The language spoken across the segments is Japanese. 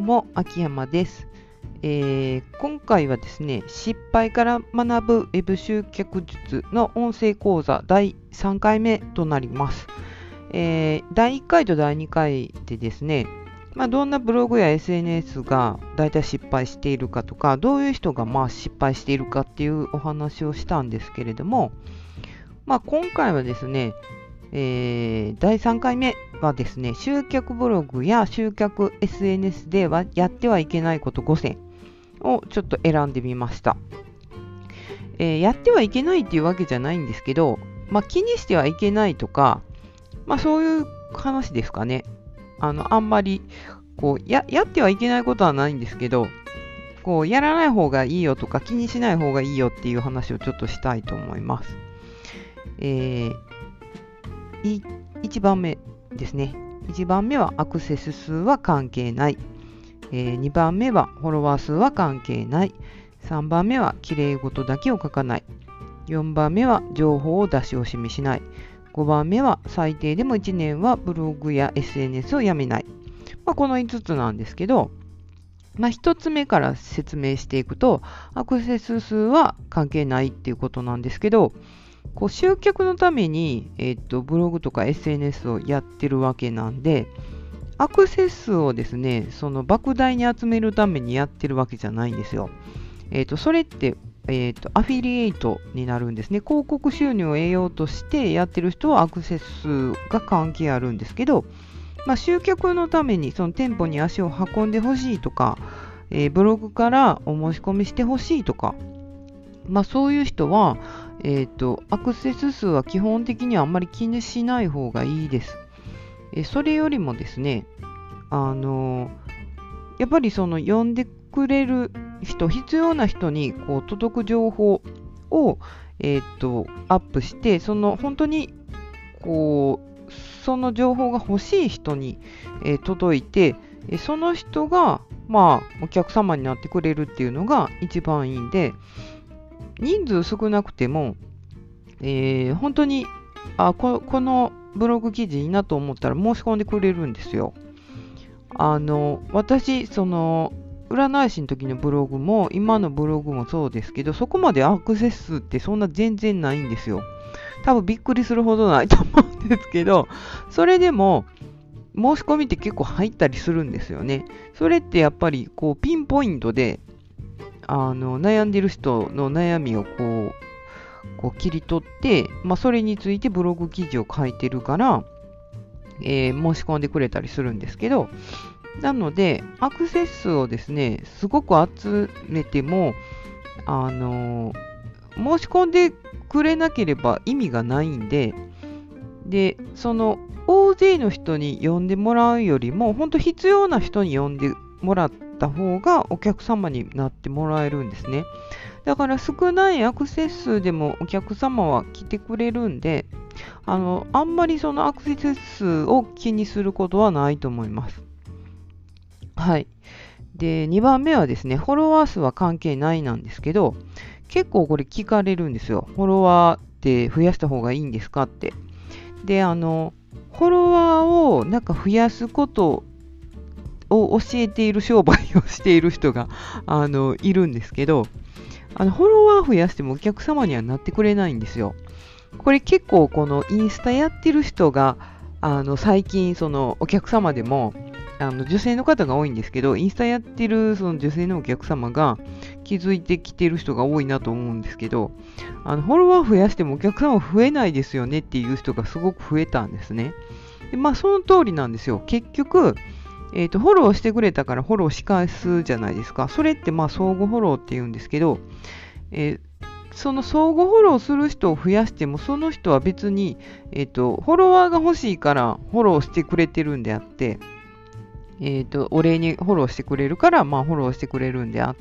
も秋山です。今回はですね、失敗から学ぶウェブ集客術の音声講座第3回目となります。第1回と第2回でですね、どんなブログや SNS がだいたい失敗しているかとか、どういう人が失敗しているかっていうお話をしたんですけれども、今回はですね、第3回目はですね、集客ブログや集客 SNS ではやってはいけないこと5選をちょっと選んでみました。やってはいけないっていうわけじゃないんですけど、気にしてはいけないとか、そういう話ですかね。あんまりやってはいけないことはないんですけど、やらない方がいいよとか気にしない方がいいよっていう話をちょっとしたいと思います。1番目ですね。1番目はアクセス数は関係ない。2番目はフォロワー数は関係ない。3番目はきれい事だけを書かない。4番目は情報を出し惜しみしない。5番目は最低でも1年はブログや SNS をやめない。この5つなんですけど、1つ目から説明していくと、アクセス数は関係ないっていうことなんですけど、集客のために、ブログとか SNS をやってるわけなんで、アクセス数をですね、その莫大に集めるためにやってるわけじゃないんですよ。それって、アフィリエイトになるんですね。広告収入を得ようとしてやってる人はアクセス数が関係あるんですけど、集客のためにその店舗に足を運んでほしいとか、ブログからお申し込みしてほしいとか、そういう人は、アクセス数は基本的にはあんまり気にしない方がいいです。それよりもですね、やっぱりその読んでくれる人、必要な人に届く情報を、アップして、本当にその情報が欲しい人に、届いて、その人がお客様になってくれるっていうのが一番いいんで、人数少なくても、本当にこのブログ記事いいなと思ったら申し込んでくれるんですよ。私、占い師の時のブログも今のブログもそうですけど、そこまでアクセス数ってそんな全然ないんですよ。多分びっくりするほどないと思うんですけど、それでも申し込みって結構入ったりするんですよね。それってやっぱりピンポイントで悩んでる人の悩みを切り取って、それについてブログ記事を書いてるから、申し込んでくれたりするんですけど、なのでアクセス数をですねすごく集めても申し込んでくれなければ意味がないんで、その大勢の人に読んでもらうよりも本当必要な人に読んでもらった方がお客様になってもらえるんですね。だから少ないアクセス数でもお客様は来てくれるんで、あんまりそのアクセス数を気にすることはないと思います。はい。で、2番目はですね、フォロワー数は関係ないなんですけど、結構これ聞かれるんですよ。フォロワーって増やした方がいいんですかって。で、フォロワーを増やすことを教えている商売をしている人がいるんですけど、フォロワー増やしてもお客様にはなってくれないんですよ。これ結構このインスタやってる人が最近そのお客様でも女性の方が多いんですけど、インスタやってるその女性のお客様が気づいてきてる人が多いなと思うんですけど、フォロワー増やしてもお客様増えないですよねっていう人がすごく増えたんですね。でその通りなんですよ。結局フォローしてくれたからフォローし返すじゃないですか。それって相互フォローって言うんですけど、その相互フォローする人を増やしても、その人は別に、フォロワーが欲しいからフォローしてくれてるんであって、お礼にフォローしてくれるから、フォローしてくれるんであって、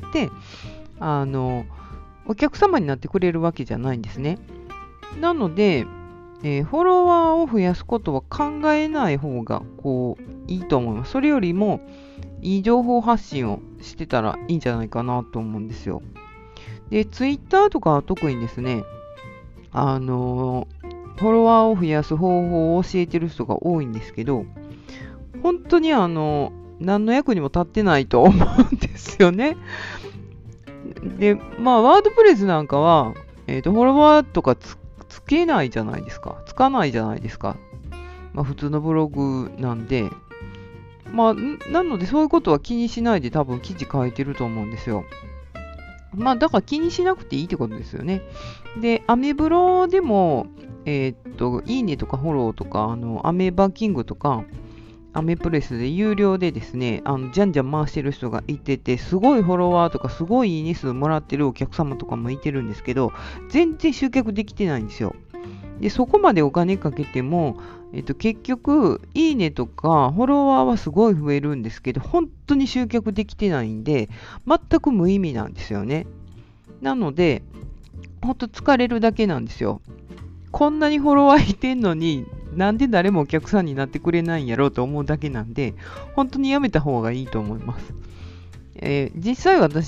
お客様になってくれるわけじゃないんですね。なので、フォロワーを増やすことは考えない方がいいと思います。それよりもいい情報発信をしてたらいいんじゃないかなと思うんですよ。で、ツイッターとかは特にですね、フォロワーを増やす方法を教えてる人が多いんですけど、本当に何の役にも立ってないと思うんですよね。で、ワードプレスなんかは、フォロワーとかつけないじゃないですか。つかないじゃないですか。普通のブログなんで、なのでそういうことは気にしないで多分記事書いてると思うんですよ。だから気にしなくていいってことですよね。で、アメブロでも、いいねとかフォローとか、アメバッキングとか、アメプレスで有料でですね、じゃんじゃん回してる人がいてて、すごいフォロワーとか、すごいいいね数もらってるお客様とかもいてるんですけど、全然集客できてないんですよ。で、そこまでお金かけても、結局、いいねとか、フォロワーはすごい増えるんですけど、本当に集客できてないんで、全く無意味なんですよね。なので、本当疲れるだけなんですよ。こんなにフォロワーいてんのに、なんで誰もお客さんになってくれないんやろうと思うだけなんで、本当にやめた方がいいと思います。実際私、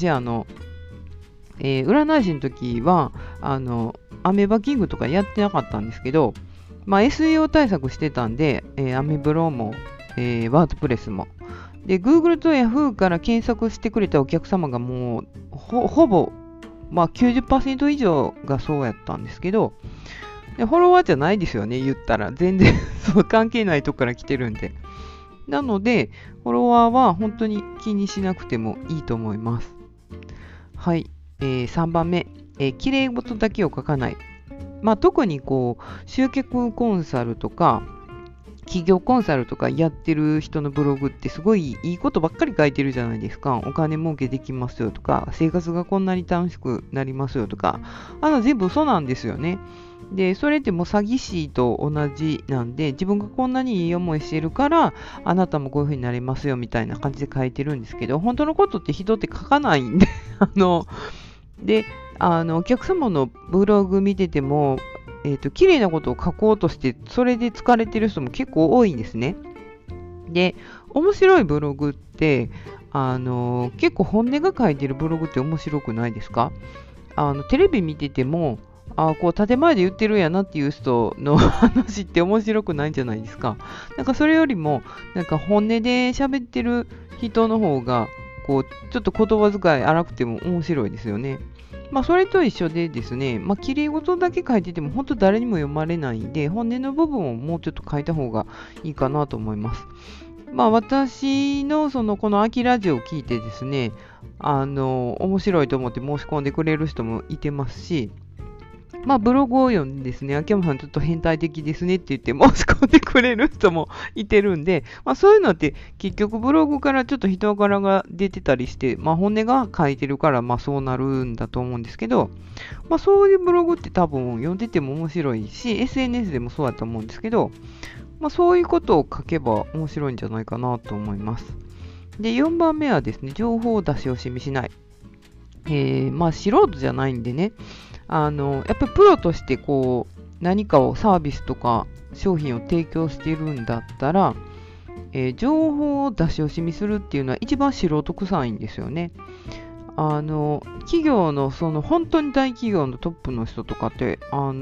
占い師の時は、アメバキングとかやってなかったんですけど、SEO 対策してたんで、アメブロも、ワードプレスも。で、Google と Yahoo から検索してくれたお客様がもう、ほぼ、90% 以上がそうやったんですけど、でフォロワーじゃないですよね、言ったら。全然そう関係ないとこから来てるんで。なので、フォロワーは本当に気にしなくてもいいと思います。はい。3番目、綺麗事だけを書かない。特に集客コンサルとか、企業コンサルとかやってる人のブログってすごいいいことばっかり書いてるじゃないですか。お金儲けできますよとか、生活がこんなに楽しくなりますよとか、全部嘘なんですよね。で、それってもう詐欺師と同じなんで、自分がこんなにいい思いしてるから、あなたもこういう風になりますよみたいな感じで書いてるんですけど、本当のことって人って書かないんで、で、お客様のブログ見てても、綺麗なことを書こうとして、それで疲れてる人も結構多いんですね。で、面白いブログって、結構本音が書いてるブログって面白くないですか？テレビ見てても、建前で言ってるんやなっていう人の話って面白くないんじゃないですか。なんかそれよりも、なんか本音で喋ってる人の方が、ちょっと言葉遣い荒くても面白いですよね。それと一緒でですね、綺麗事だけ書いてても本当誰にも読まれないんで、本音の部分をもうちょっと書いた方がいいかなと思います。私のこの秋ラジオを聞いてですね、面白いと思って申し込んでくれる人もいてますし、ブログを読んでですね、秋山さんちょっと変態的ですねって言って申し込んでくれる人もいてるんで、そういうのって結局ブログからちょっと人柄が出てたりして、本音が書いてるから、そうなるんだと思うんですけど、そういうブログって多分読んでても面白いし、SNS でもそうだと思うんですけど、そういうことを書けば面白いんじゃないかなと思います。で、4番目はですね、情報を出し惜しみしない。素人じゃないんでね、やっぱりプロとして何かをサービスとか商品を提供しているんだったら、情報を出し惜しみするっていうのは一番素人臭いんですよね。企業の本当に大企業のトップの人とかって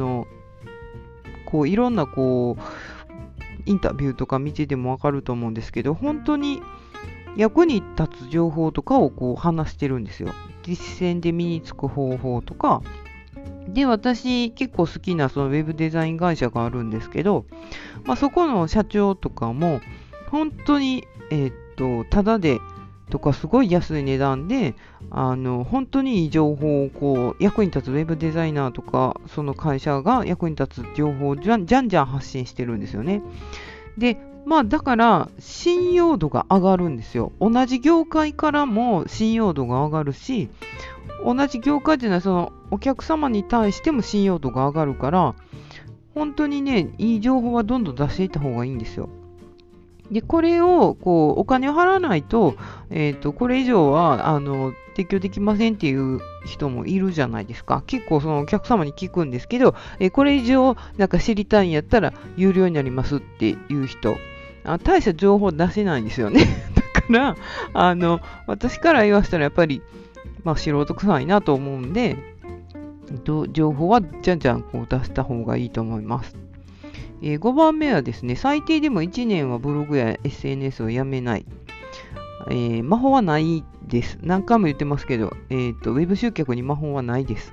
いろんなインタビューとか見ててもわかると思うんですけど、本当に役に立つ情報とかを話してるんですよ。実践で身につく方法とか。で、私結構好きなウェブデザイン会社があるんですけど、そこの社長とかも本当に、ただでとかすごい安い値段で本当にいい情報を役に立つウェブデザイナーとかその会社が役に立つ情報をじゃんじゃん発信してるんですよね。で、だから信用度が上がるんですよ。同じ業界からも信用度が上がるし、同じ業界っていうのはお客様に対しても信用度が上がるから、本当にね、いい情報はどんどん出していった方がいいんですよ。で、これをお金を払わないと、これ以上は提供できませんっていう人もいるじゃないですか。結構お客様に聞くんですけど、これ以上なんか知りたいんやったら有料になりますっていう人、大した情報出せないんですよね。だから私から言わせたらやっぱり素人臭いなと思うんで、情報はじゃんじゃん出した方がいいと思います。5番目はですね、最低でも1年はブログや SNS をやめない。 魔法はないです。何回も言ってますけど、ウェブ集客に魔法はないです。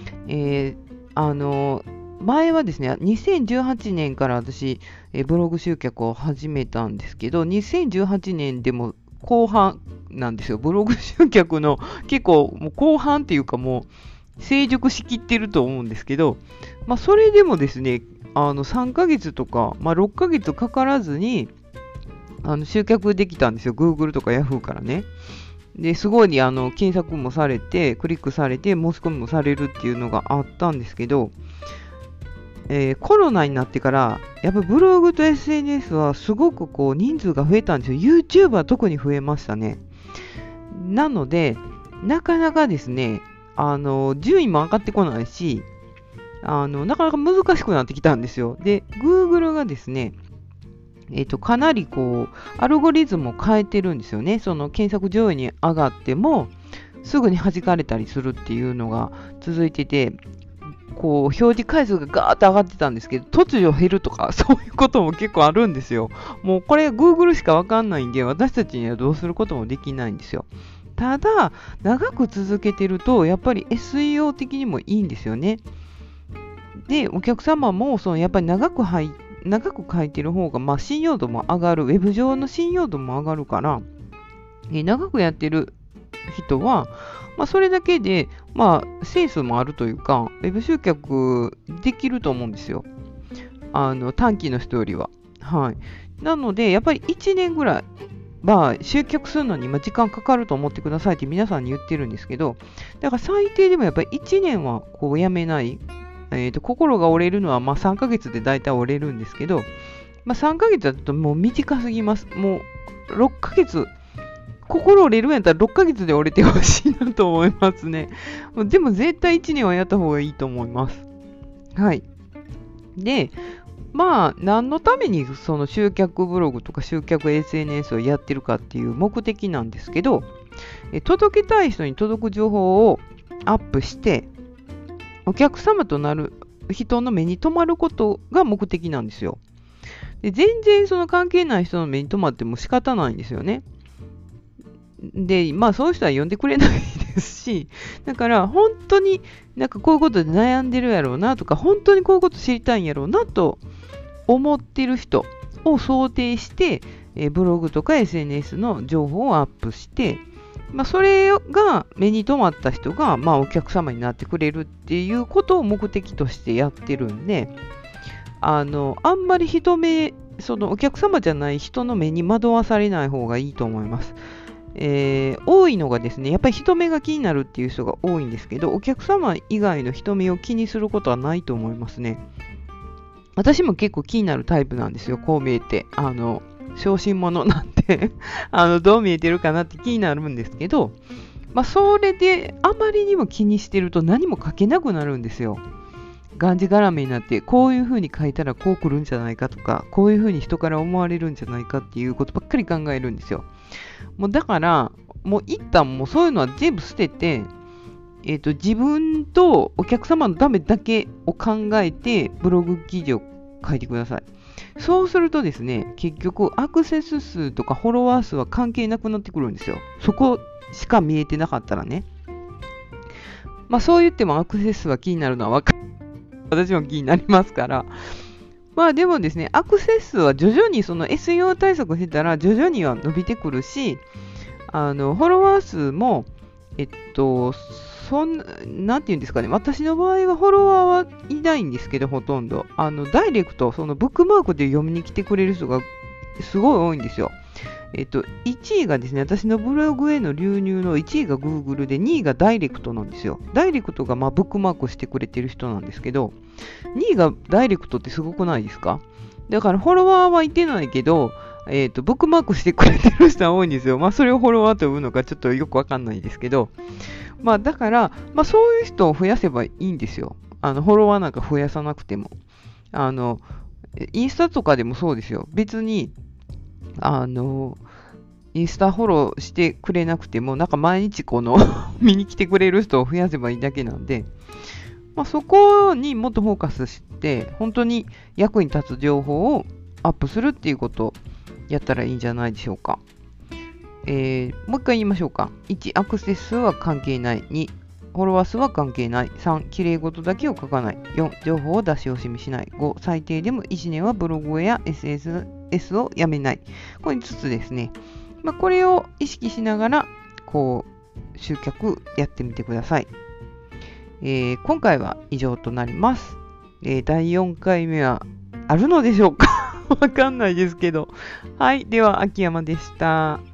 前はですね、2018年から私、ブログ集客を始めたんですけど、2018年でも後半なんですよ。ブログ集客の結構もう後半っていうかもう成熟しきってると思うんですけど、それでもですね、3ヶ月とか、6ヶ月かからずに集客できたんですよ。Google とか Yahoo からね。で、すごい検索もされて、クリックされて、申し込みもされるっていうのがあったんですけど、コロナになってから、やっぱりブログと SNS はすごく人数が増えたんですよ。YouTube は特に増えましたね。なので、なかなかですね、順位も上がってこないし、なかなか難しくなってきたんですよ。で、Google がですね、かなりアルゴリズムを変えてるんですよね。その検索上位に上がっても、すぐに弾かれたりするっていうのが続いてて、表示回数がガーッと上がってたんですけど、突如減るとか、そういうことも結構あるんですよ。もうこれ Google しかわかんないんで、私たちにはどうすることもできないんですよ。ただ、長く続けてると、やっぱり SEO 的にもいいんですよね。で、お客様もやっぱり長く書いてる方が、信用度も上がる、ウェブ上の信用度も上がるから、長くやってる人は、それだけで、センスもあるというか、ウェブ集客できると思うんですよ。短期の人よりは。はい。なので、やっぱり1年ぐらい集客するのに時間かかると思ってくださいって皆さんに言ってるんですけど、だから最低でもやっぱり1年はやめない。心が折れるのは3ヶ月で大体折れるんですけど、3ヶ月だともう短すぎます。もう6ヶ月、心折れるんやったら6ヶ月で折れてほしいなと思いますね。でも絶対1年はやった方がいいと思います。はい。で、何のためにその集客ブログとか集客 SNS をやってるかっていう目的なんですけど、届けたい人に届く情報をアップして、お客様となる人の目に留まることが目的なんですよ。で、全然その関係ない人の目に留まっても仕方ないんですよね。で、そういう人は呼んでくれないですし、だから本当にこういうことで悩んでるやろうなとか、本当にこういうこと知りたいんやろうなと思ってる人を想定して、ブログとか SNS の情報をアップして、それが目に留まった人が、お客様になってくれるっていうことを目的としてやってるんで、あんまりそのお客様じゃない人の目に惑わされない方がいいと思います。多いのがですね、やっぱり人目が気になるっていう人が多いんですけど、お客様以外の人目を気にすることはないと思いますね。私も結構気になるタイプなんですよ、こう見えて。小心者なんでどう見えてるかなって気になるんですけど、それであまりにも気にしてると何も書けなくなるんですよ。がんじがらめになって、こういう風に書いたらこう来るんじゃないかとか、こういう風に人から思われるんじゃないかっていうことばっかり考えるんですよ。もうだから、もう一旦もうそういうのは全部捨てて、自分とお客様のためだけを考えてブログ記事を書いてください。そうするとですね、結局アクセス数とかフォロワー数は関係なくなってくるんですよ。そこしか見えてなかったらね。そう言ってもアクセス数は気になるのは私も気になりますから。でもですね、アクセス数は徐々にその SEO 対策してたら徐々には伸びてくるし、フォロワー数も、なんていうんですかね、私の場合はフォロワーはいないんですけど、ほとんど。ダイレクト、そのブックマークで読みに来てくれる人がすごい多いんですよ。1位がですね、私のブログへの流入の1位が Google で、2位がダイレクトなんですよ。ダイレクトがブックマークしてくれてる人なんですけど、2位がダイレクトってすごくないですか？だからフォロワーはいてないけど、ブックマークしてくれてる人は多いんですよ。それをフォロワーと呼ぶのかちょっとよくわかんないですけど、だから、そういう人を増やせばいいんですよ。フォロワーなんか増やさなくても。インスタとかでもそうですよ。別に、インスタフォローしてくれなくても、毎日見に来てくれる人を増やせばいいだけなんで、そこにもっとフォーカスして、本当に役に立つ情報をアップするっていうことをやったらいいんじゃないでしょうか。 もう一回言いましょうか。1、アクセス数は関係ない。2、フォロワー数は関係ない。3、綺麗事だけを書かない。4、情報を出し惜しみしない。5、最低でも1年はブログや SNS をやめない。これ5つですね。これを意識しながら、集客やってみてください。今回は以上となります。第4回目はあるのでしょうかわかんないですけど。はい。では、秋山でした。